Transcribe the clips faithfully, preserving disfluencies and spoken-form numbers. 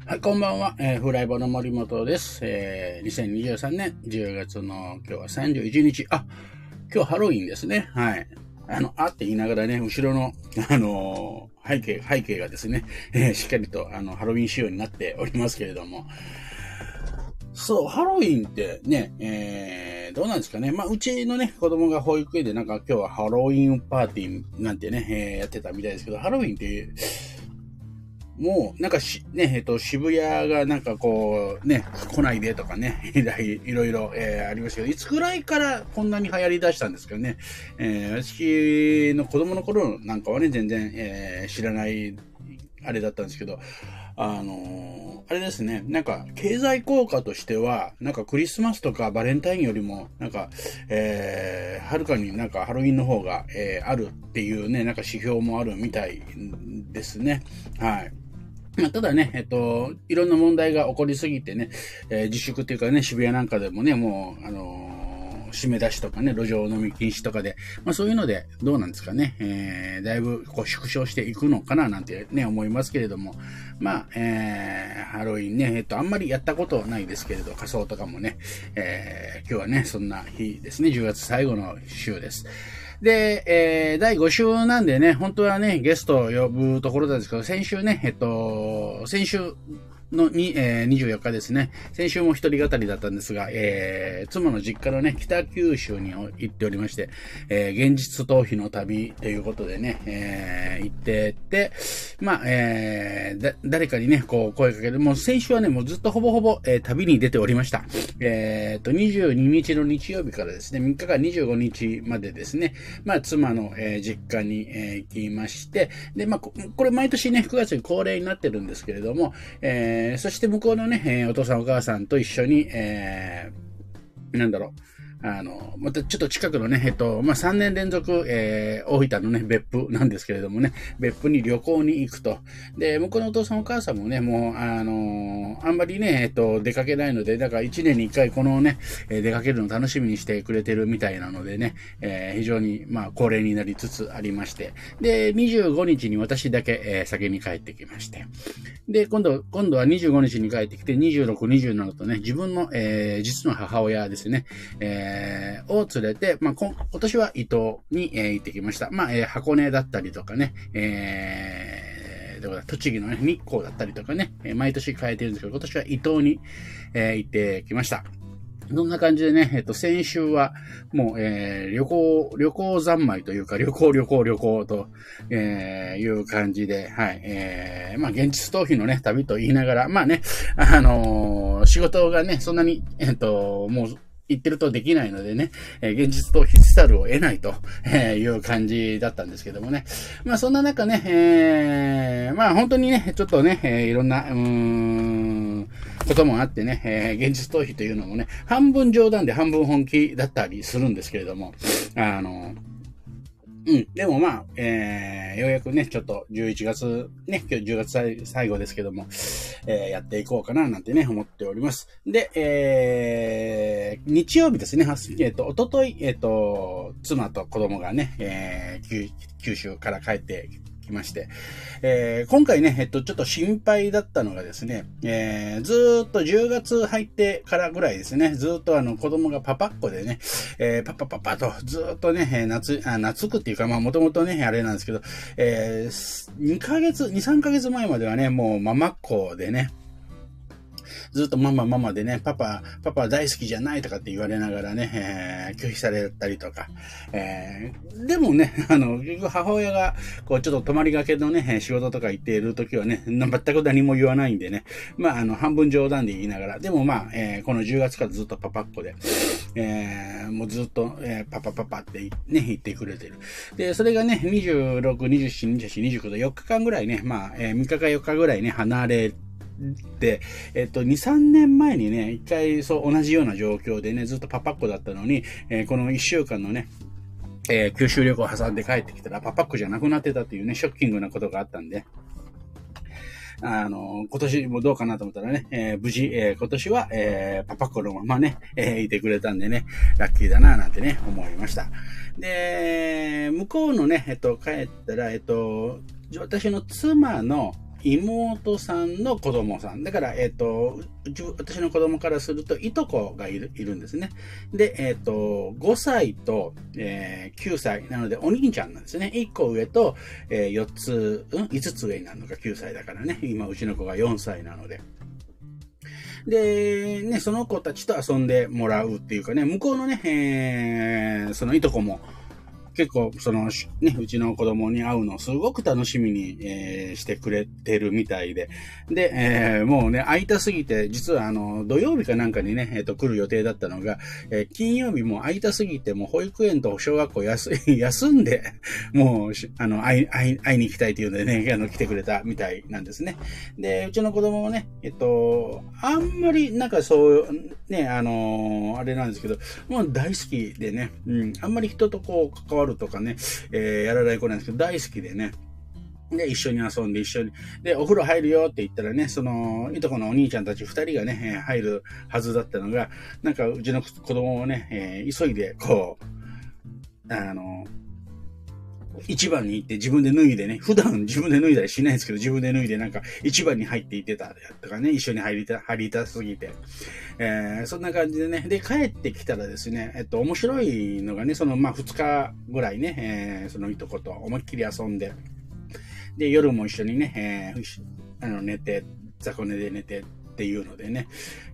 はい、こんばんは。えー、フライボの森本です。えー、にせんにじゅうさんねんじゅうがつの今日はさんじゅういちにち。あ、今日ハロウィンですね。はい。あの、あって言いながらね、後ろの、あのー、背景、背景がですね、えー、しっかりと、あの、ハロウィン仕様になっておりますけれども。そう、ハロウィンってね、えー、どうなんですかね。まあ、うちのね、子供が保育園でなんか今日はハロウィンパーティーなんてね、えー、やってたみたいですけど、ハロウィンって、もう、なんかし、ね、えっと、渋谷がなんかこう、ね、来ないでとかね、いろいろ、えー、ありましたけど、いつぐらいからこんなに流行り出したんですかね。えー、私の子供の頃なんかはね、全然、えー、知らない、あれだったんですけど、あのー、あれですね、なんか、経済効果としては、なんかクリスマスとかバレンタインよりも、なんか、えー、はるかになんかハロウィンの方が、えー、あるっていうね、なんか指標もあるみたいですね。はい。まあ、ただね、えっと、いろんな問題が起こりすぎてね、えー、自粛っていうかね、渋谷なんかでもね、もう、あのー、締め出しとかね、路上飲み禁止とかで、まあそういうので、どうなんですかね、えー、だいぶこう縮小していくのかななんてね、思いますけれども、まあ、えー、ハロウィンね、えっと、あんまりやったことないですけれど、仮装とかもね、えー、今日はね、そんな日ですね、じゅうがつ最後の週です。で、えー、だいご週なんでね、本当はね、ゲストを呼ぶところなんですけど、先週ね、えっと、先週のに、えー、にじゅうよっかですね、先週も一人語りだったんですが、えー、妻の実家のね、北九州に行っておりまして、えー、現実逃避の旅ということでね、えー、行ってって、まあ、えー、だ、誰かにね、こう声かける、もう先週はね、もうずっとほぼほぼ、えー、旅に出ておりました。えー、と、にじゅうににちの日曜日からですね、みっかかんにじゅうごにちまでですね、まあ、妻の、えー、実家に、えー、行きまして、で、まあ、これ毎年ね、くがつに恒例になってるんですけれども、えー、そして向こうのね、えー、お父さんお母さんと一緒に、えー、なんだろう、あの、またちょっと近くのね、えっと、まあ、さんねん連続、えー、大分のね、別府なんですけれどもね、別府に旅行に行くと。で、向こうのお父さんお母さんもね、もう、あのー、あんまりね、えっと、出かけないので、だからいちねんにいっかいこのね、出かけるのを楽しみにしてくれてるみたいなのでね、えー、非常に、まあ、恒例になりつつありまして。で、にじゅうごにちに私だけ、えー、先に帰ってきまして。で、今度、今度はにじゅうごにちに帰ってきて、にじゅうろく、にじゅうななとね、自分の、えー、実の母親ですね、えー、を連れて、まあ、今年は伊東に、えー、行ってきました。まあ、えー、箱根だったりとかね、えー、どこだ、栃木のね、日光だったりとかね、えー、毎年変えてるんですけど、今年は伊東に、えー、行ってきました。そんな感じでね、えっと、先週は、もう、えー、旅行、旅行三昧というか、旅行、旅行、旅行と、えー、いう感じで、はい、えー、まあ、現実逃避のね、旅と言いながら、まあね、あのー、仕事がね、そんなに、えっと、もう、言ってるとできないのでね、えー、現実逃避せざるを得ないと、えー、いう感じだったんですけどもね。まあそんな中ね、えー、まあ本当にね、ちょっとね、えー、いろんな、うーん、こともあってね、えー、現実逃避というのもね、半分冗談で半分本気だったりするんですけれども、あの、うん。でもまあ、えー、ようやくね、ちょっとじゅういちがつ、ね、今日じゅうがつ最後ですけども、えー、やっていこうかななんてね、思っております。で、えー、日曜日ですね、えっ、ー、と、おととい、えっ、ー、と、妻と子供がね、えー、九州から帰ってきまして、えー、今回ね、えっと、ちょっと心配だったのがですね、えー、ずーっとじゅうがつ入ってからぐらいですね、ずーっとあの子供がパパっ子でね、えー、パパパパとずーっとね、夏、あ、夏くっていうか、まあもともとね、あれなんですけど、えー、にかげつ、に、さんかげつまえまではね、もうママっ子でね、ずっとママママでね、パパ、パパ大好きじゃないとかって言われながらね、えー、拒否されたりとか、えー、でもね、あの、結局母親が、こう、ちょっと泊まりがけのね、仕事とか行っているときはね、全く何も言わないんでね、まあ、あの、半分冗談で言いながら、でもまあ、えー、このじゅうがつからずっとパパっ子で、えー、もうずっと、えー、パパパパってね、言ってくれてる。で、それがね、にじゅうろく、にじゅうしち、にじゅうはち、にじゅうきゅうとよっかかんぐらいね、まあ、えー、みっかかよっかぐらいね、離れて、で、えっと、に、さんねんまえにね、一回そう同じような状況でね、ずっとパパっ子だったのに、えー、このいっしゅうかんのね、えー、九州旅行挟んで帰ってきたらパパっ子じゃなくなってたっていうね、ショッキングなことがあったんで、あの、今年もどうかなと思ったらね、えー、無事、えー、今年は、えー、パパっ子のままね、えー、いてくれたんでね、ラッキーだな、なんてね、思いました。で、向こうのね、えっと、帰ったら、えっと、私の妻の、 妹さんの子供さん。だから、えっと、うち私の子供からすると、いとこがいる、いるんですね。で、えっと、ごさいと、えー、きゅうさいなので、お兄ちゃんなんですね。いっこ上と、えー、よっつ、うん ?いつ つ上になるのかきゅうさいだからね。今、うちの子がよんさいなので。で、ね、その子たちと遊んでもらうっていうかね、向こうのね、えー、そのいとこも、結構、その、ね、うちの子供に会うのをすごく楽しみに、えー、してくれてるみたいで。で、えー、もうね、会いたすぎて、実はあの、土曜日かなんかにね、えっと、来る予定だったのが、えー、金曜日も会いたすぎて、もう保育園と小学校休休んで、もう、あの、会い、会い、会いに行きたいというのでね、あの、来てくれたみたいなんですね。で、うちの子供もね、えっと、あんまり、なんかそう、ね、あのー、あれなんですけど、もう大好きでね、うん、あんまり人とこう、関わるとかね、えー、やらない子なんですけど、大好きでね。で、一緒に遊んで一緒に。で、お風呂入るよって言ったらね、その、いとこのお兄ちゃんたち二人がね、入るはずだったのが、なんかうちの子供もね、えー、急いで、こう、あの、一番に行って自分で脱いでね、普段自分で脱いだりしないんですけど、自分で脱いでなんか一番に入っていってたとかね、一緒に入りた、入りたすぎて。えー、そんな感じでね、で、帰ってきたらですね、えっと、面白いのがね、その、まあ、二日ぐらいね、えー、そのいとこと思いっきり遊んで、で、夜も一緒にね、えー、あの、寝て、雑魚寝で寝てっていうのでね、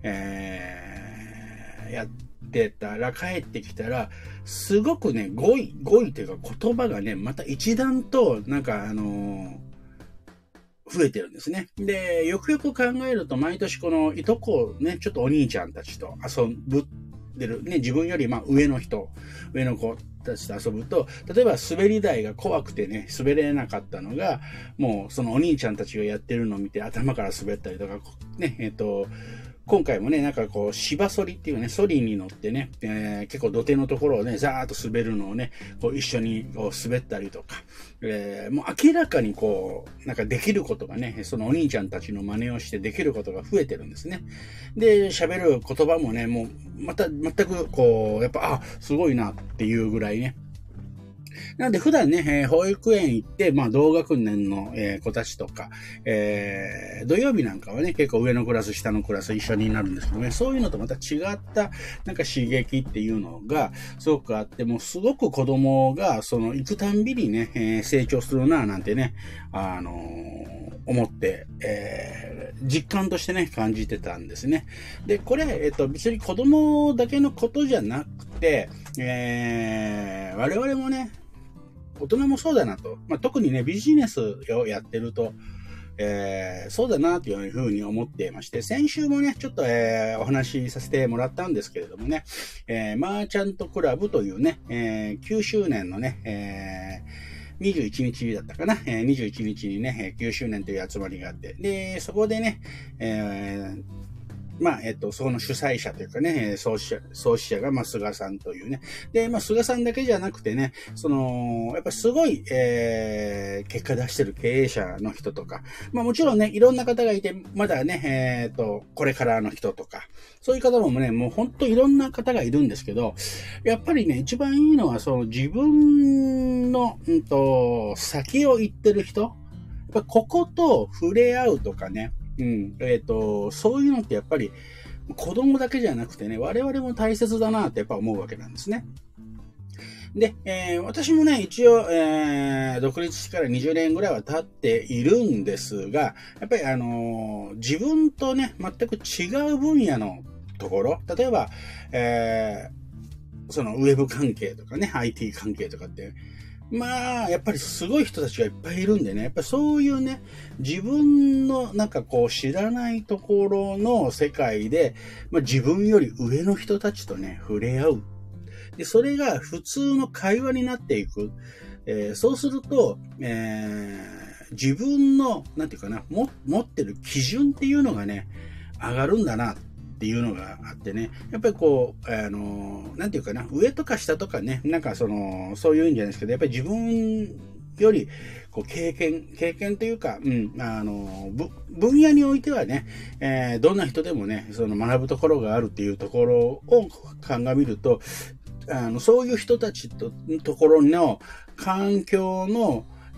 えー、やって、ってたら、帰ってきたら、すごくね、語彙、語彙というか言葉がね、また一段と、なんかあのー、増えてるんですね。で、よくよく考えると、毎年このいとこね、ちょっとお兄ちゃんたちと遊ぶってる、ね、自分よりまあ上の人、上の子たちと遊ぶと、例えば滑り台が怖くてね、滑れなかったのが、もうそのお兄ちゃんたちがやってるのを見て頭から滑ったりとか、ね、えっと、今回もね、なんかこう、芝ソリっていうね、ソリに乗ってね、えー、結構土手のところをね、ザーッと滑るのをね、こう一緒にこう滑ったりとか、えー、もう明らかにこう、なんかできることがね、そのお兄ちゃんたちの真似をしてできることが増えてるんですね。で、喋る言葉もね、もう、また、全くこう、やっぱ、あ、すごいなっていうぐらいね、なんで普段ね、えー、保育園行って、まあ同学年の、えー、子たちとか、えー、土曜日なんかはね、結構上のクラス、下のクラス一緒になるんですけどね、そういうのとまた違ったなんか刺激っていうのがすごくあって、もうすごく子供がその行くたんびにね、えー、成長するなぁなんてね、あのー、思って、えー、実感としてね、感じてたんですね。で、これ、えっと、別に子供だけのことじゃなくて、えー、我々もね、大人もそうだなと。まあ、特にね、ビジネスをやってると、えー、そうだなというふうに思っていまして、先週もね、ちょっと、えー、お話しさせてもらったんですけれどもね、えー、マーチャントクラブというね、えー、きゅうしゅうねんのね、えー、にじゅういちにちだったかな、えー、にじゅういちにちにね、きゅうしゅうねんという集まりがあって、で、そこでね、えーまあ、えっと、その主催者というかね、創始者、創始者が、まあ、菅さんというね。で、まあ、菅さんだけじゃなくてね、その、やっぱりすごい、えー、結果出してる経営者の人とか、まあ、もちろんね、いろんな方がいて、まだね、えっと、これからの人とか、そういう方もね、もう本当いろんな方がいるんですけど、やっぱりね、一番いいのは、その自分の、うんと、先を行ってる人、やっぱここと触れ合うとかね、うん。えっと、そういうのってやっぱり子供だけじゃなくてね、我々も大切だなってやっぱ思うわけなんですね。で、えー、私もね、一応、えー、独立してからにじゅうねんぐらいは経っているんですが、やっぱりあのー、自分とね、全く違う分野のところ、例えば、えー、そのウェブ関係とかね、アイティー 関係とかって、まあ、やっぱりすごい人たちがいっぱいいるんでね、やっぱりそういうね、自分のなんかこう知らないところの世界で、まあ、自分より上の人たちとね、触れ合う。で、それが普通の会話になっていく。えー、そうすると、えー、自分の、なんていうかな、も、持ってる基準っていうのがね、上がるんだな。っていうのがあってね、やっぱりこう、あの、なんていうかな、上とか下とかね、なんかその、そういうんじゃないですけど、やっぱり自分より、こう、経験、経験というか、うん、あの、分野においてはね、えー、どんな人でもね、その学ぶところがあるっていうところを鑑みると、あの、そういう人たちと、ところの環境の、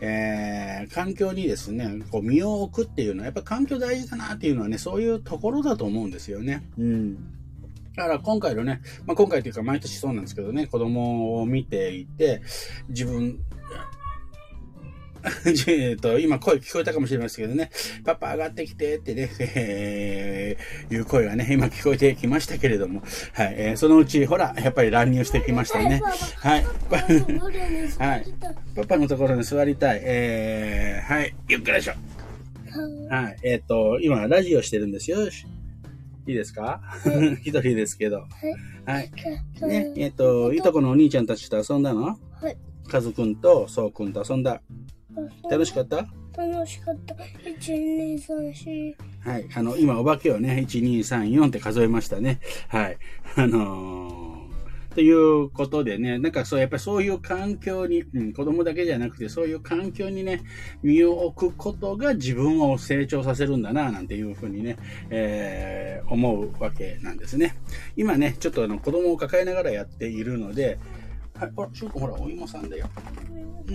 えー、環境にですね、こう身を置くっていうのは、やっぱ環境大事だなっていうのはね、そういうところだと思うんですよね。うん。だから今回のね、まあ、今回というか毎年そうなんですけどね、子供を見ていて、自分、えっと、今声聞こえたかもしれませんけどね、パパ上がってきてってね、えー、いう声がね、今聞こえてきましたけれども、はい、えー、そのうち、ほら、やっぱり乱入してきましたね。はい。はい。パパのところに座りたい。えー、はい、ゆっくりでしょ。はい。えっと、今、ラジオしてるんですよ。いいですか？一人ですけど。はい。ね、えっと、いとこのお兄ちゃんたちと遊んだの？はい。カズくんとそうくんと遊んだ。楽しかった？ 楽しかった。いち、に、さん、し。 はい。あの、今、お化けをね、いち、に、さん、よんって数えましたね。はい。あのー、ということでね、なんかそう、やっぱりそういう環境に、うん、子供だけじゃなくて、そういう環境にね、身を置くことが自分を成長させるんだな、なんていうふうにね、えー、思うわけなんですね。今ね、ちょっとあの、子供を抱えながらやっているので、はい、ほら、しゅうくんほら、お芋さんだよ。うん、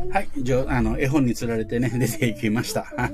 はい、じゃあ、あの、絵本に釣られてね、出ていきました。はい。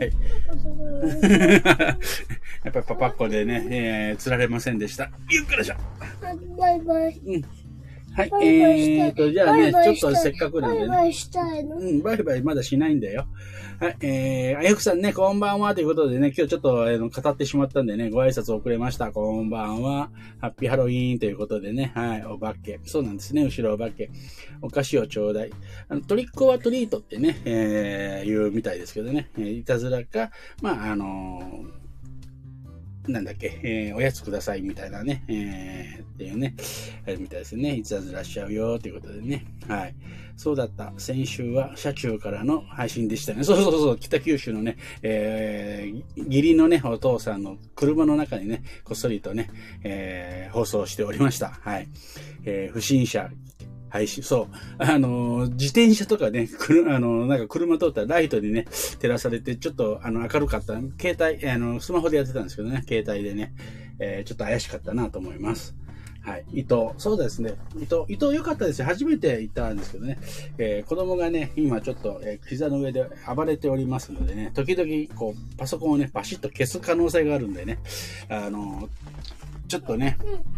やっぱりパパっ子でね、えー、釣られませんでした。ゆっくりしょ。 バイバイ。 うん。はい、えーと、じゃあね、ちょっとせっかくなんでね。 バイバイしたいの？ うん、バイバイまだしないんだよ。はい、えー、あやくさんね、こんばんはということでね、今日ちょっと、あの、語ってしまったんでね、ご挨拶遅れました。こんばんは。ハッピーハロウィーンということでね、はい、お化け。そうなんですね、後ろお化け。お菓子をちょうだい。あの、トリックオアトリートってね、えー、言うみたいですけどね、えー、いたずらか、まあ、あのー、なんだっけ、えー、おやつくださいみたいなね、えー、っていうね、あれみたいですね。いたずらしちゃうよということでね。はい。そうだった。先週は車中からの配信でしたね。そうそうそう、北九州のね、えー、義理のね、お父さんの車の中にね、こっそりとね、えー、放送しておりました。はい。えー、不審者、配信、そう。あの、自転車とかね、くる、あの、なんか車通ったらライトにね、照らされて、ちょっと、あの、明るかった。携帯、あの、スマホでやってたんですけどね、携帯でね、えー、ちょっと怪しかったなと思います。はい。伊藤。そうですね。伊藤、伊藤良かったですよ。初めて行ったんですけどね。えー、子供がね、今ちょっと、えー、膝の上で暴れておりますのでね、時々、こう、パソコンをね、パシッと消す可能性があるんでね、あの、ちょっとね、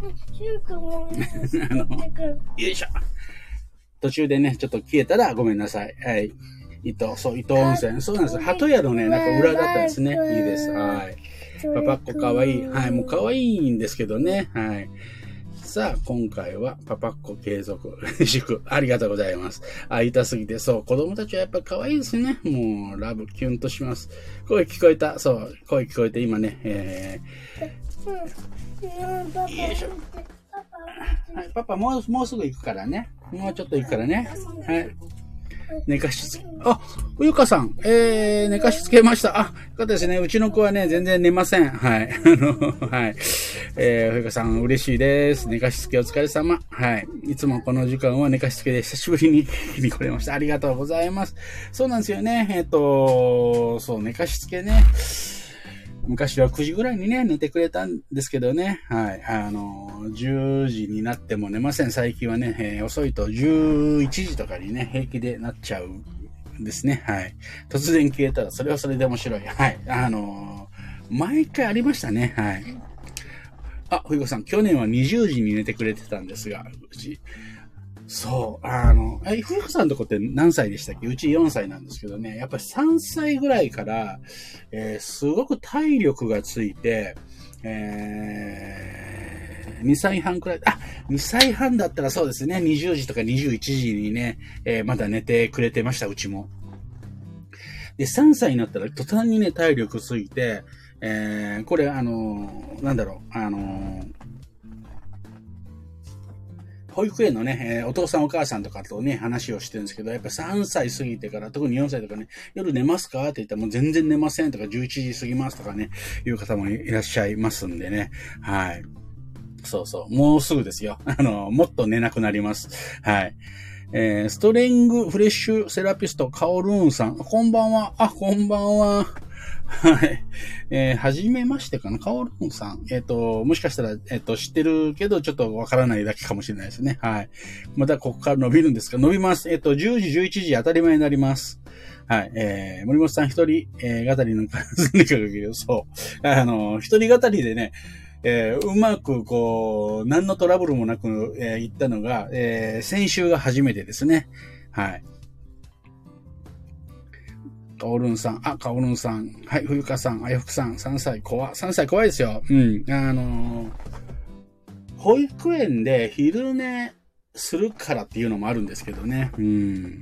あの、よいしょ。途中でね、ちょっと消えたらごめんなさい。はい。伊藤、そう、伊藤温泉。そうなんです。鳩屋のね、なんか裏だったんですね。いいです。はい。パパっ子かわいい。はい。もうかわいいんですけどね。はい。さあ、今回はパパっ子継続。祝。ありがとうございます。あ、痛すぎて。そう、子供たちはやっぱ可愛いですね。もう、ラブ、キュンとします。声聞こえた。そう、声聞こえて今ね、えー、よいしょ。はい、パパもう、もうすぐ行くからね。もうちょっと行くからね。はい。寝かしつけ、あ、ゆかさん、えー、寝かしつけました。あ、よかったですね。うちの子はね、全然寝ません。はい。あの、はい。えー、ゆかさん、嬉しいです。寝かしつけお疲れ様。はい。いつもこの時間は寝かしつけで久しぶりに聞きに来れました。ありがとうございます。そうなんですよね。えっと、そう、寝かしつけね。昔はくじぐらいにね、寝てくれたんですけどね。はい。あの、じゅうじになっても寝ません。最近はね、えー、遅いとじゅういちじとかにね、平気でなっちゃうんですね。はい。突然消えたら、それはそれで面白い。はい。あの、毎回ありましたね。はい。あ、ふいこさん、去年はにじゅうじに寝てくれてたんですが、うち、そう、あの、え、ふうこさんとこって何歳でしたっけ？うちよんさいなんですけどね、やっぱりさんさいぐらいから、えー、すごく体力がついて、えー、にさいはんくらい、あ、にさいはんだったらそうですね、にじゅうじとかにじゅういちじにね、えー、まだ寝てくれてました、うちも。で、さんさいになったら途端にね、体力ついて、えー、これあのー、なんだろう、あのー、保育園のね、えー、お父さんお母さんとかとね、話をしてるんですけど、やっぱさんさい過ぎてから、特によんさいとかね、夜寝ますかって言ったらもう全然寝ませんとか、じゅういちじ過ぎますとかね、いう方もいらっしゃいますんでね。はい。そうそう。もうすぐですよ。あの、もっと寝なくなります。はい。えー、ストレングフレッシュセラピスト、カオルーンさん。こんばんは。あ、こんばんは。 はい。えー、はじめましてかな、カオルンさん。えっ、ー、と、もしかしたら、えっ、ー、と、知ってるけど、ちょっとわからないだけかもしれないですね。はい。またここから伸びるんですか？伸びます。えっ、ー、と、じゅうじ、じゅういちじ当たり前になります。はい。えー、森本さん一人、えー、語りの数にかける。そう。あの、一人語りでね、えー、うまく、こう、何のトラブルもなく、えー、言ったのが、えー、先週が初めてですね。はい。カオルンさん、あ、カオルンさん、はい、冬香さん、あやふくさん、さんさい怖、さんさい怖いですよ。うん。あのー、保育園で昼寝するからっていうのもあるんですけどね。うん。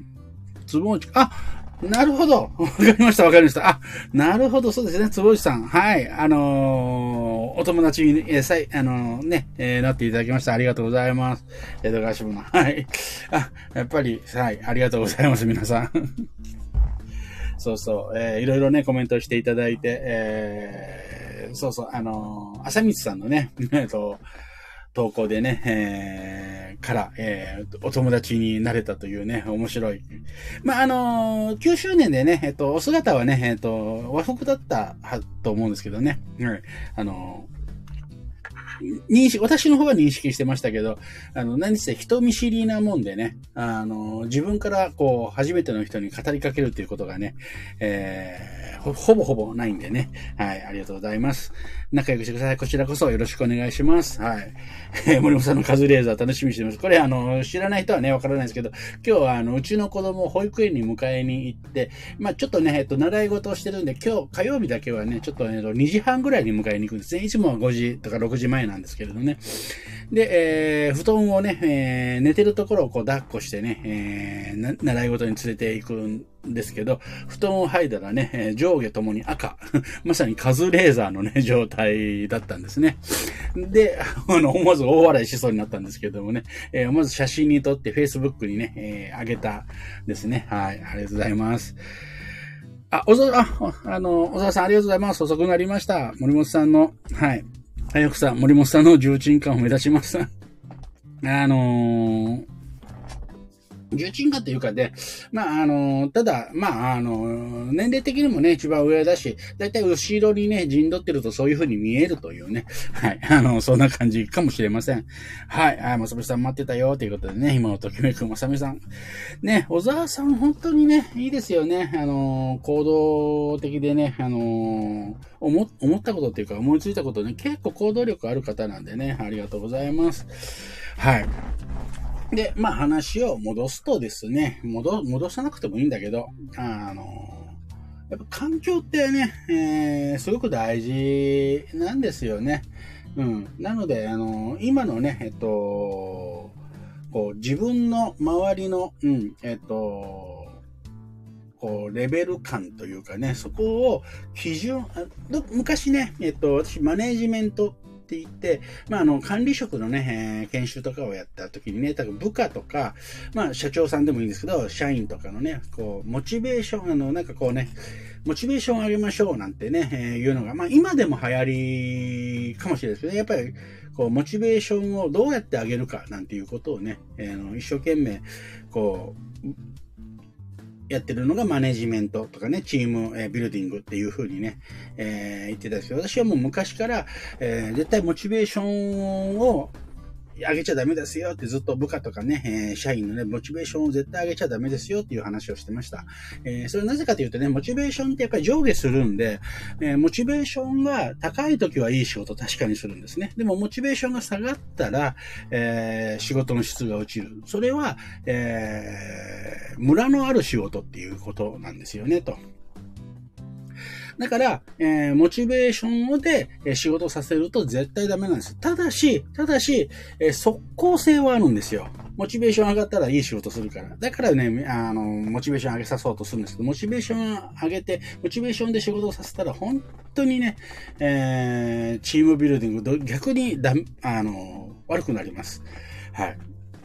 つぼうち、あ、なるほど。わかりました、わかりました。あ、なるほど、そうですね、つぼうちさん。はい、あのー、お友達に、えー、さい、あのー、ね、えー、なっていただきました。ありがとうございます。江戸川支部の。はい。あ、やっぱり、はい、ありがとうございます、皆さん。そうそう、えー、いろいろね、コメントしていただいて、えー、そうそう、あのー、朝光さんのね、えっと、投稿でね、えー、から、えー、お友達になれたというね、面白い。まあ、あのー、きゅうしゅうねんでね、えっと、お姿はね、えっと、和服だったはと思うんですけどね、うん、あのー、認識、私の方は認識してましたけど、あの、何せ人見知りなもんでね、あの、自分からこう、初めての人に語りかけるっていうことがね、えー、ほ、ほぼほぼないんでね。はい、ありがとうございます。仲良くしてください。こちらこそよろしくお願いします。はい。えー、森本さんのカズレーザー楽しみにしてます。これあの、知らない人はね、わからないですけど、今日はあの、うちの子供を保育園に迎えに行って、まあちょっとね、えっと、習い事をしてるんで、今日、火曜日だけはね、ちょっと、えっと、にじはんぐらいに迎えに行くんですね。いつもはごじとかろくじまえなんですけれどね。で、えー、布団をね、えー、寝てるところをこう抱っこしてね、えー、習い事に連れて行くんですけど、布団を剥いだらね、上下ともに赤。まさにカズレーザーのね、状態だったんですね。で、あの、思わず大笑いしそうになったんですけどもね、えー、まず写真に撮って Facebook にね、えー、上げたですね。はい、ありがとうございます。あ、おざ、あ、あの、小沢さんありがとうございます。遅くなりました。森本さんの、はい。早くさん、森本さんの重鎮感を目指しました。あのー、重鎮化っていうかで、まあ、あの、ただ、まあ、あの、年齢的にもね、一番上だし、だいたい後ろにね、陣取ってるとそういう風に見えるというね、はい、あの、そんな感じかもしれません。はい、あ、まさみさん待ってたよ、ということでね、今をときめくまさみさん。ね、小沢さん本当にね、いいですよね。あの、行動的でね、あの、思、思ったことっていうか思いついたことね、結構行動力ある方なんでね、ありがとうございます。はい。で、まあ話を戻すとですね、戻、戻さなくてもいいんだけど、あの、やっぱ環境ってね、えー、すごく大事なんですよね。うん。なので、あの、今のね、えっと、こう、自分の周りの、うん、えっと、こう、レベル感というかね、そこを基準、昔ね、えっと、私、マネージメントって言って、まあ、あの、管理職のね、えー、研修とかをやった時にね、多分部下とか、まあ、社長さんでもいいんですけど、社員とかのね、こう、モチベーション、あの、なんかこうね、モチベーションを上げましょうなんてね、えー、いうのが、まあ、今でも流行りかもしれないですけどね、やっぱり、こう、モチベーションをどうやって上げるかなんていうことをね、えー、一生懸命、こう、やってるのがマネジメントとかね、チーム、えー、ビルディングっていう風にね、えー、言ってたんですけど、私はもう昔から、えー、絶対モチベーションを上げちゃダメですよってずっと部下とかね、えー、社員のね、モチベーションを絶対上げちゃダメですよっていう話をしてました。えー、それなぜかというとね、モチベーションってやっぱり上下するんで、えー、モチベーションが高い時はいい仕事確かにするんですね。でもモチベーションが下がったら、えー、仕事の質が落ちる。それは、えー、ムラのある仕事っていうことなんですよね、と。だから、えー、モチベーションで、えー、仕事させると絶対ダメなんです。ただし、ただし、えー、即効性はあるんですよ。モチベーション上がったらいい仕事するから。だからね、あの、モチベーション上げさそうとするんですけど、モチベーション上げて、モチベーションで仕事をさせたら、本当にね、えー、チームビルディング、逆にだ、あの、悪くなります。はい。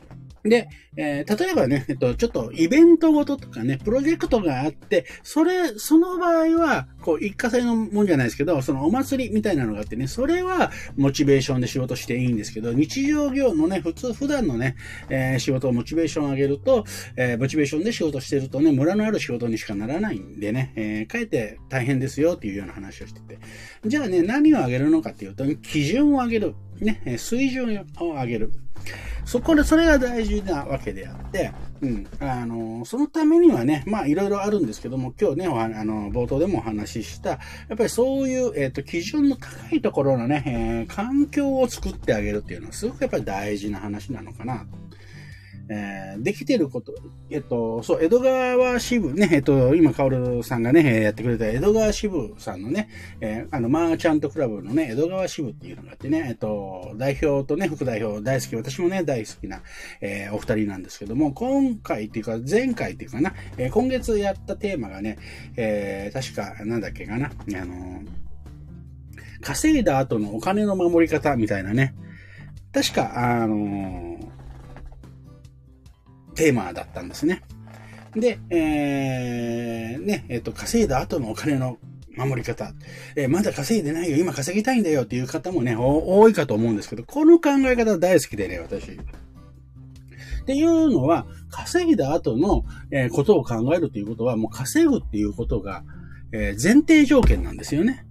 で、えー、例えばね、えっと、ちょっとイベントごととかね、プロジェクトがあって、それ、その場合は、こう、一過性のもんじゃないですけど、そのお祭りみたいなのがあってね、それはモチベーションで仕事していいんですけど、日常業務のね、普通、普段のね、えー、仕事をモチベーション上げると、えー、モチベーションで仕事してるとね、ムラのある仕事にしかならないんでね、えー、かえって大変ですよっていうような話をしてて。じゃあね、何を上げるのかっていうと、基準を上げる。ね、水準を上げる。そこで、それが大事なわけであって、うん、あの、そのためにはね、まあ、いろいろあるんですけども、今日ね、あの、冒頭でもお話しした、やっぱりそういう、えっと、基準の高いところのね、えー、環境を作ってあげるっていうのは、すごくやっぱり大事な話なのかなと。えー、できてること、えっと、そう、江戸川支部ね、えっと、今、カオルさんがね、やってくれた江戸川支部さんのね、えー、あの、マーチャントクラブのね、江戸川支部っていうのがあってね、えっと、代表とね、副代表大好き、私もね、大好きな、えー、お二人なんですけども、今回っていうか、前回っていうかな、えー、今月やったテーマがね、えー、確か、なんだっけかな、あの、稼いだ後のお金の守り方みたいなね、確か、あの、テーマだったんですね。で、えー、ね、えっと、稼いだ後のお金の守り方。えー、まだ稼いでないよ、今稼ぎたいんだよっていう方もね、多いかと思うんですけど、この考え方大好きでね、私。っていうのは、稼いだ後の、えー、ことを考えるということは、もう稼ぐっていうことが、えー、前提条件なんですよね。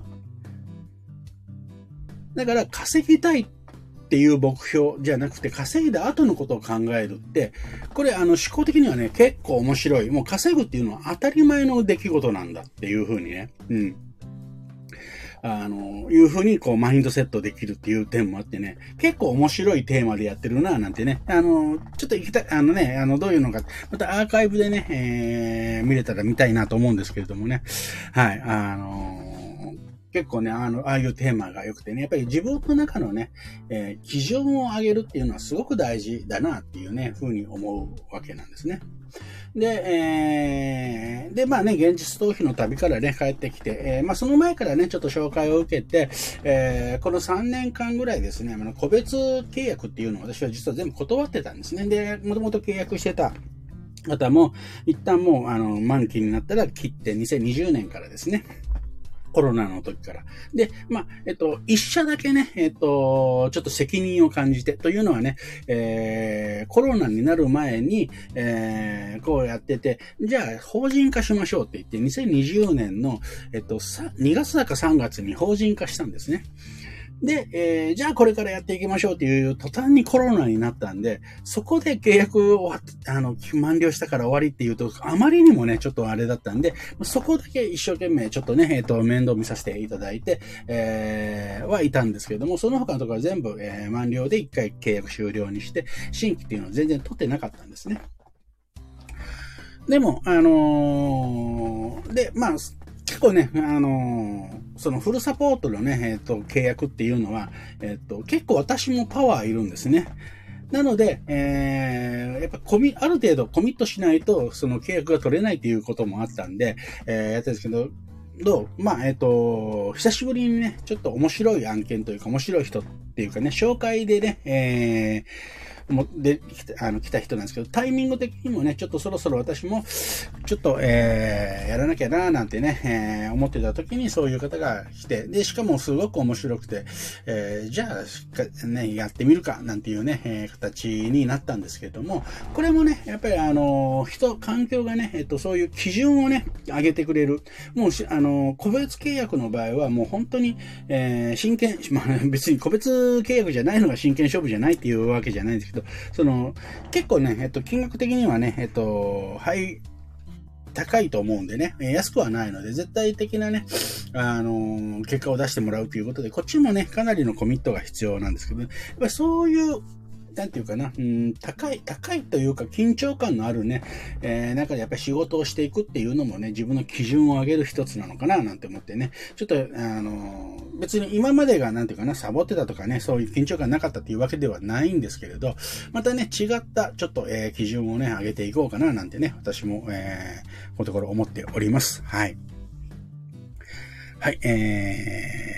だから、稼ぎたいっていう目標じゃなくて、稼いだ後のことを考えるって、これあの思考的にはね、結構面白い。もう稼ぐっていうのは当たり前の出来事なんだっていうふうにね、うん。あの、いうふうにこうマインドセットできるっていう点もあってね、結構面白いテーマでやってるななんてね、あの、ちょっと行きたい、あのね、あの、どういうのか、またアーカイブでね、えー、見れたら見たいなと思うんですけれどもね、はい、あの、結構ね、あの、ああいうテーマが良くてね、やっぱり自分の中のね、えー、基準を上げるっていうのはすごく大事だなっていうね、風に思うわけなんですね。で、えー、で、まあね、現実逃避の旅からね、帰ってきて、えー、まあその前からね、ちょっと紹介を受けて、えー、このさんねんかんぐらいですね、あの個別契約っていうのを私は実は全部断ってたんですね。で、もともと契約してた方も、一旦もう、あの、満期になったら切ってにせんにじゅうねんからですね。コロナの時から。で、まあ、えっと、一社だけね、えっと、ちょっと責任を感じて、というのはね、えー、コロナになる前に、えー、こうやってて、じゃあ、法人化しましょうって言って、にせんにじゅうねんの、えっと、にがつだかさんがつに法人化したんですね。で、えー、じゃあこれからやっていきましょうっていう途端にコロナになったんで、そこで契約を終わっあの、満了したから終わりっていうと、あまりにもね、ちょっとあれだったんで、そこだけ一生懸命ちょっとね、えっと、面倒見させていただいて、えー、はいたんですけれども、その他のところは全部、えー、満了で一回契約終了にして、新規っていうのは全然取ってなかったんですね。でも、あのー、で、まあ、結構ね、あのー、そのフルサポートのね、えっと、契約っていうのは、えっと、結構私もパワーいるんですね。なので、えー、やっぱコミ、ある程度コミットしないと、その契約が取れないっていうこともあったんで、えー、やったんですけど、どうまあ、えっと、久しぶりにね、ちょっと面白い案件というか、面白い人っていうかね、紹介でね、えー、もであの来た人なんですけど、タイミング的にもね、ちょっとそろそろ私も、ちょっと、えー、やらなきゃななんてね、えー、思ってた時にそういう方が来て、で、しかもすごく面白くて、えー、じゃあ、ね、やってみるか、なんていうね、えー、形になったんですけれども、これもね、やっぱりあの、人、環境がね、えっと、そういう基準をね、上げてくれる。もう、あの、個別契約の場合はもう本当に、えー、真剣、まあ、別に個別契約じゃないのが真剣勝負じゃないっていうわけじゃないんですけど、その、結構ね、えっと、金額的にはね、えっと、はい、高いと思うんでね、安くはないので、絶対的なね、あの、結果を出してもらうということで、こっちもね、かなりのコミットが必要なんですけど、やっぱりそういう、なんていうかな、うん、高い、高いというか緊張感のあるね、えー、中でやっぱり仕事をしていくっていうのもね、自分の基準を上げる一つなのかな、なんて思ってね、ちょっと、あの、別に今までがなんていうかな、サボってたとかね、そういう緊張感なかったっていうわけではないんですけれど、またね、違ったちょっと、えー、基準をね、上げていこうかな、なんてね、私も、えー、このところ思っております。はい。はい、えー、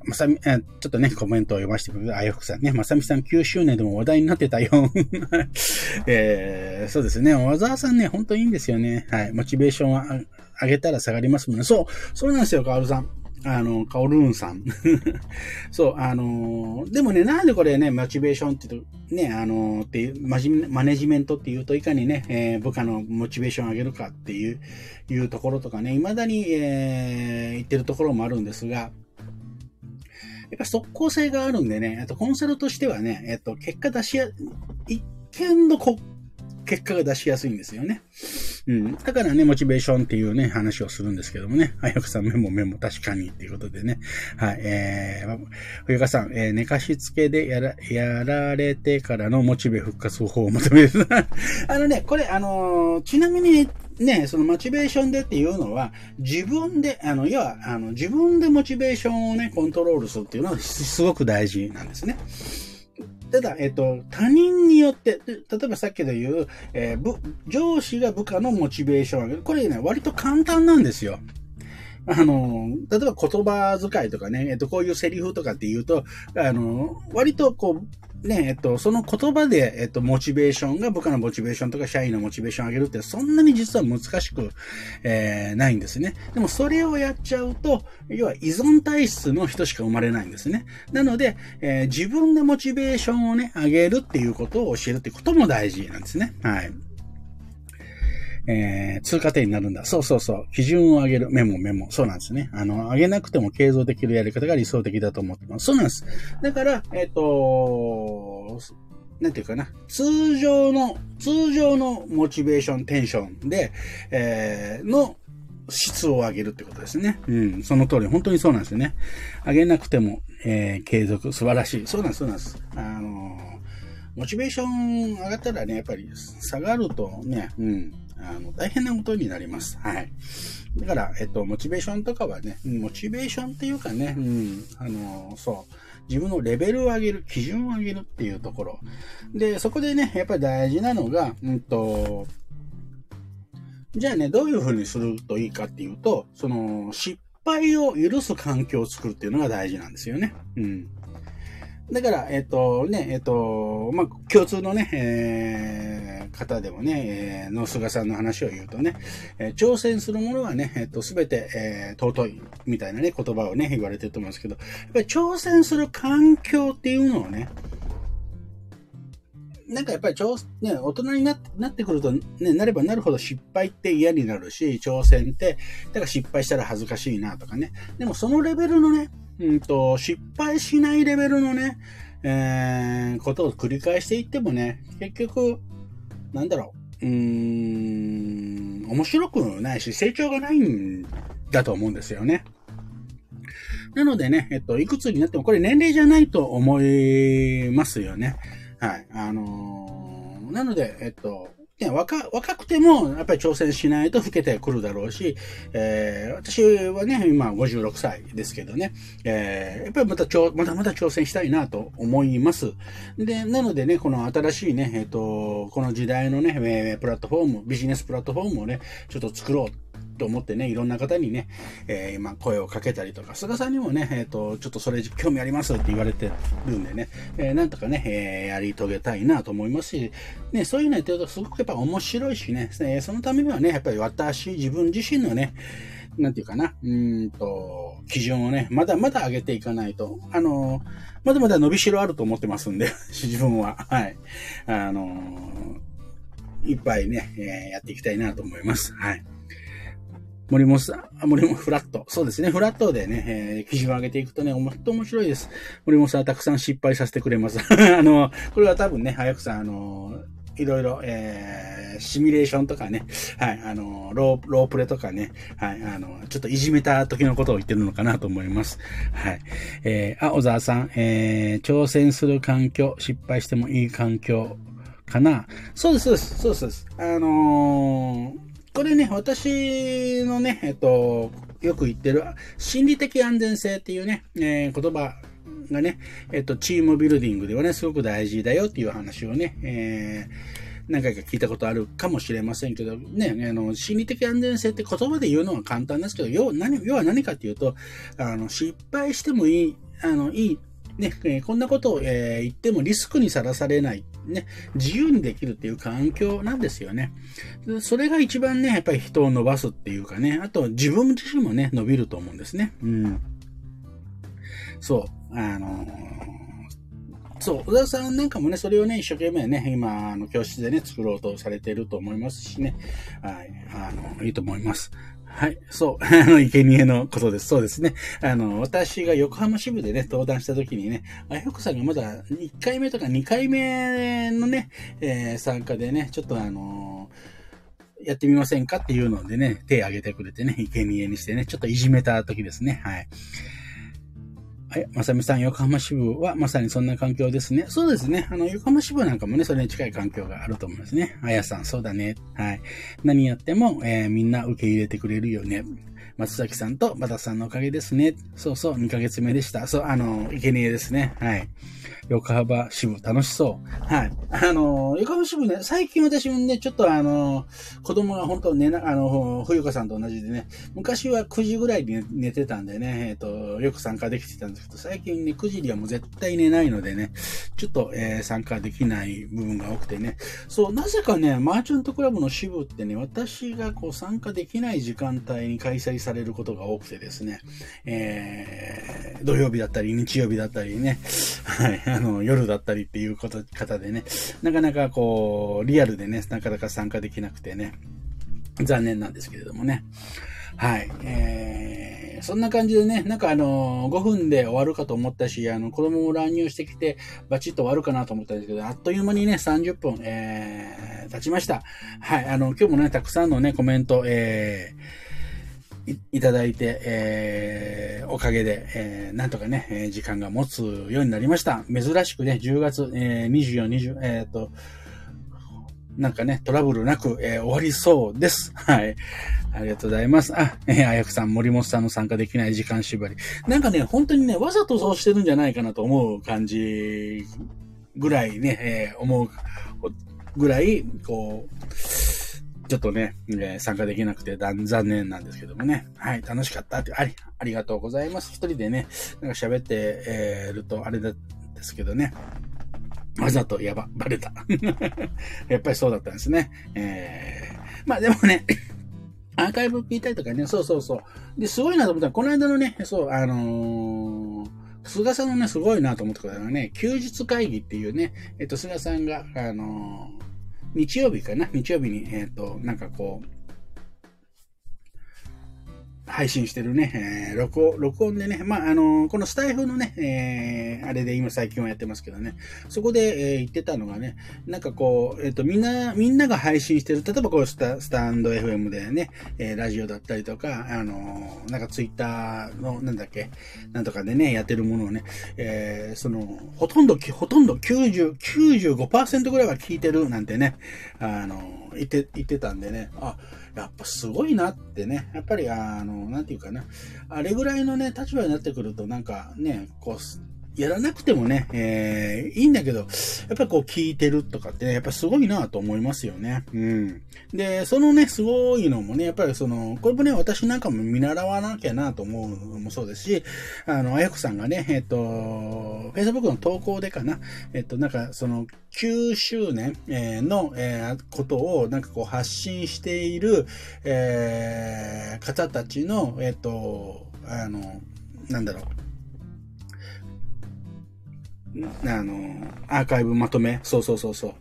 まさみ、ちょっとね、コメントを読ませてくれるあやふくさんね。まさみさんきゅうしゅうねんでも話題になってたよ。えー、そうですね。小沢さんね、本当にいいんですよね。はい。モチベーションは上げたら下がりますもんね。そう、そうなんですよ、かおるさん。あの、カオルーンさん。そう、あのー、でもね、なんでこれね、モチベーションって言うと、ね、あのー、っていう、マジマネジメントっていうと、いかにね、えー、部下のモチベーションを上げるかっていう、いうところとかね、未だに、えー、言ってるところもあるんですが、やっぱ即効性があるんでね、あとコンサルとしてはね、えっと、結果出しや、一見のこ結果が出しやすいんですよね。うん。だからね、モチベーションっていうね、話をするんですけどもね。あやくさんメモメモ確かにっていうことでね。はい。えー、冬香さん、えー、寝かしつけでやら、やられてからのモチベ復活方法をまとめる。あのね、これ、あのー、ちなみにね、そのモチベーションでっていうのは、自分で、あの、要は、あの、自分でモチベーションをね、コントロールするっていうのはすごく大事なんですね。ただ、えっと、他人によって、例えばさっきで言う、えー、部上司が部下のモチベーションを上げる。これね、割と簡単なんですよ。あの、例えば言葉遣いとかね、えっと、こういうセリフとかって言うと、あの、割とこう、ね、えっと、その言葉で、えっと、モチベーションが部下のモチベーションとか社員のモチベーションを上げるってそんなに実は難しく、えー、ないんですね。でもそれをやっちゃうと、要は依存体質の人しか生まれないんですね。なので、えー、自分でモチベーションをね、上げるっていうことを教えるっていうことも大事なんですね。はい。えー、通過点になるんだ。そうそうそう。基準を上げる。メモメモ。そうなんですね。あの、上げなくても継続できるやり方が理想的だと思ってます。そうなんです。だから、えっと、なんていうかな。通常の、通常のモチベーション、テンションで、えー、の質を上げるってことですね。うん。その通り。本当にそうなんですよね。上げなくても、えー、継続。素晴らしい。そうなんです、そうなんです。あの、モチベーション上がったらね、やっぱり下がるとね、うん。あの、大変なことになります。はい。だから、えっと、モチベーションとかはね、モチベーションっていうかね、うん、あの、そう、自分のレベルを上げる、基準を上げるっていうところ。で、そこでね、やっぱり大事なのが、うんと、じゃあね、どういうふうにするといいかっていうと、その、失敗を許す環境を作るっていうのが大事なんですよね。うん。だから、えっと、ね、えっと、まあ、共通のね、えー、方でもね、えー、の菅さんの話を言うとね、えー、挑戦するものはね、えっと、すべて、えー、尊い、みたいなね、言葉をね、言われてると思うんですけど、やっぱり挑戦する環境っていうのをね、なんかやっぱり挑、ね、大人になって、なってくると、ね、なればなるほど失敗って嫌になるし、挑戦って、だから失敗したら恥ずかしいなとかね。でもそのレベルのね、うんと、失敗しないレベルのね、えー、ことを繰り返していってもね、結局、なんだろう、うーん、面白くないし、成長がないんだと思うんですよね。なのでね、えっと、いくつになっても、これ年齢じゃないと思いますよね。はい。あのー、なので、えっと、ね、若、若くても、やっぱり挑戦しないと老けてくるだろうし、えー、私はね、今ごじゅうろくさいですけどね、えー、やっぱりまたちょ、まだまだ挑戦したいなと思います。で、なのでね、この新しいね、えっと、この時代のね、えー、プラットフォーム、ビジネスプラットフォームをね、ちょっと作ろう。と思ってね、いろんな方にね、えー、今声をかけたりとか、菅さんにもね、えっと、ちょっとそれ興味ありますって言われてるんでね、えー、なんとかね、えー、やり遂げたいなと思いますし、ね、そういうのやってるとすごくやっぱ面白いしね、えー、そのためにはね、やっぱり私、自分自身のね、なんていうかな、うーんと、基準をね、まだまだ上げていかないと、あのー、まだまだ伸びしろあると思ってますんで、自分は、はい。あのー、いっぱいね、えー、やっていきたいなと思います。はい。森本さん、森本フラット。そうですね。フラットでね、えー、基準を上げていくとね、ほんと面白いです。森本さんはたくさん失敗させてくれます。あの、これは多分ね、早くさん、あの、いろいろ、えー、シミュレーションとかね、はい、あの、ロー、ロープレとかね、はい、あの、ちょっといじめた時のことを言ってるのかなと思います。はい。えー、あ、小沢さん、えー、挑戦する環境、失敗してもいい環境かな。そうです、そうです、そうです。そうです。あのー、これね、私のね、えっと、よく言ってる、心理的安全性っていうね、えー、言葉がね、えっと、チームビルディングではね、すごく大事だよっていう話をね、え何回か聞いたことあるかもしれませんけど、ね、あの、心理的安全性って言葉で言うのは簡単ですけど、要は何、要は何かっていうと、あの、失敗してもいい、あの、いい、ね、えー、こんなことを、えー、言ってもリスクにさらされない、ね、自由にできるっていう環境なんですよね。それが一番ね、やっぱり人を伸ばすっていうかね、あと自分自身もね、伸びると思うんですね。うん。そう、あのー、そう、小田さんなんかもね、それをね、一生懸命ね、今、あの、教室でね、作ろうとされていると思いますしね、はい、あの、いいと思います。はい、そう、あの、生贄のことです。そうですね。あの、私が横浜支部でね、登壇した時にね、あやこさんがまだいっかいめとかにかいめのね、えー、参加でね、ちょっとあのー、やってみませんかっていうのでね、手を挙げてくれてね、生贄にしてね、ちょっといじめた時ですね。はい。はい。まさみさん、横浜支部はまさにそんな環境ですね。そうですね。あの、横浜支部なんかもね、それに近い環境があると思いますね。あやさん、そうだね。はい。何やっても、えー、みんな受け入れてくれるよね。松崎さんとバタさんのおかげですね。そうそう、にかげつめでした。そう、あの、生贄ですね。はい。横浜支部楽しそう。はい。あの、横浜支部ね、最近私もね、ちょっとあの、子供が本当寝な、あの、冬香さんと同じでね、昔はくじぐらいに寝てたんでね、えっと、よく参加できてたんですけど、最近ね、くじにはもう絶対寝ないのでね、ちょっと、えー、参加できない部分が多くてね、そう、なぜかね、マーチャントクラブの支部ってね、私がこう参加できない時間帯に開催されることが多くてですね、えー、土曜日だったり、日曜日だったりね、はい、あの、夜だったりっていうこと方でね、なかなかこう、リアルでね、なかなか参加できなくてね、残念なんですけれどもね。はい。えー、そんな感じでね、なんかあの、ごふんで終わるかと思ったし、あの、子供も乱入してきて、バチッと終わるかなと思ったんですけど、あっという間にね、さんじゅっぷん、えー、経ちました。はい。あの、今日もね、たくさんのね、コメント、えー、い, いただいて、えー、おかげで、えー、なんとかね、えー、時間が持つようになりました。珍しくね、じゅうがつ、えー、にじゅうよっか、にじゅう、えっと、なんかね、トラブルなく、えー、終わりそうです。はい。ありがとうございます。あ、えー、あやくさん、森本さんの参加できない時間縛り。なんかね、本当にね、わざとそうしてるんじゃないかなと思う感じぐらいね、えー、思うぐらい、こう、ちょっとね、えー、参加できなくて残念なんですけどもね。はい、楽しかったって、あり、ありがとうございます。一人でね、なんか喋って、えー、るとあれなんですけどね。わざと、やば、バレた。やっぱりそうだったんですね。えー、まあでもね、アーカイブ聞いたりとかね、そうそうそう。で、すごいなと思ったら、この間のね、そう、あのー、菅さんのね、すごいなと思ったことがね、休日会議っていうね、えっと、菅さんが、あのー、日曜日かな日曜日に、えっと、なんかこう、配信してるね、えー、録音、録音でね、まあ、あのー、このスタイフのね、えー、あれで今最近はやってますけどね、そこで、えー、言ってたのがね、なんかこう、えっと、みんな、みんなが配信してる、例えばこうスタ、スタンド エフエム でね、えー、ラジオだったりとか、あのー、なんかツイッターの、なんだっけ、なんとかでね、やってるものをね、えー、その、ほとんど、ほとんどきゅうじゅう、きゅうじゅうごパーセント ぐらいは聞いてるなんてね、あのー、言って、言ってたんでね、あ、やっぱすごいなってね、やっぱりあの、なんていうかな、あれぐらいのね、立場になってくるとなんかね、こう、やらなくてもね、えー、いいんだけど、やっぱりこう聞いてるとかって、ね、やっぱすごいなと思いますよね。うん。で、そのね、すごいのもね、やっぱりその、これもね、私なんかも見習わなきゃなと思うのもそうですし、あの、あやこさんがね、えっと、Facebook の投稿でかな、えっと、なんかその、きゅうしゅうねんの、えー、ことをなんかこう発信している、えー、方たちの、えっと、あの、なんだろう、あの、アーカイブまとめ、そうそうそうそう、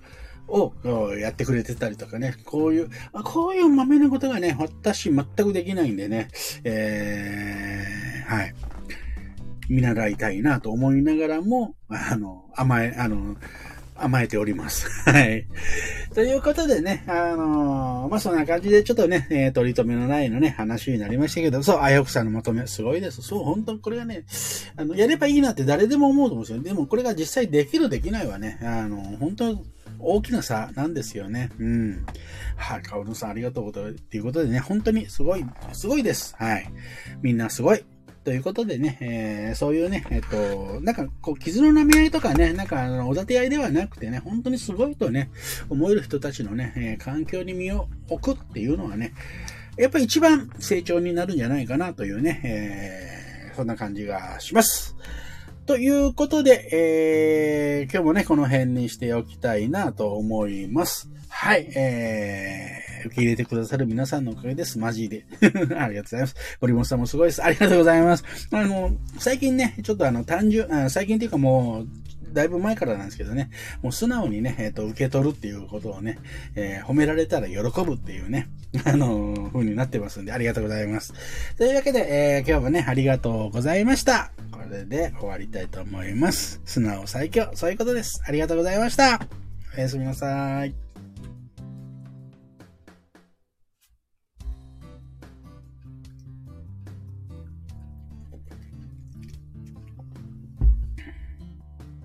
をやってくれてたりとかね、こういう、こういう豆なことがね、私全くできないんでね、えー、はい。見習いたいなと思いながらも、あの、甘え、あの、甘えております。はい。ということでね、あのー、まあ、そんな感じでちょっとね、えー、取り留めのないのね、話になりましたけど、そう、あやくさんのまとめ、すごいです。そう、本当これがね、あの、やればいいなって誰でも思うと思うんですよ。でも、これが実際できるできないはね、あの、本当大きな差なんですよね。うん。はい、かおるさんありがとうということでね、本当にすごい、すごいです。はい。みんなすごい。 ということでね、えー、そういうね、えっと、なんか、こう、傷の舐め合いとかね、なんか、あの、おだて合いではなくてね、本当にすごいとね、思える人たちのね、えー、環境に身を置くっていうのはね、やっぱり一番成長になるんじゃないかなというね、えー、そんな感じがします。ということで、えー、今日もね、この辺にしておきたいなと思います。はい、えー、受け入れてくださる皆さんのおかげです。マジで。ありがとうございます。森本さんもすごいです。ありがとうございます。あの、最近ね、ちょっとあの、単純、あ最近っていうかもう、だいぶ前からなんですけどね、もう素直にね、えっと、受け取るっていうことをね、えー、褒められたら喜ぶっていうね、あのー、風になってますんで、ありがとうございます。というわけで、えー、今日もね、ありがとうございました。これで終わりたいと思います。素直最強、そういうことです。ありがとうございました。おやすみなさい。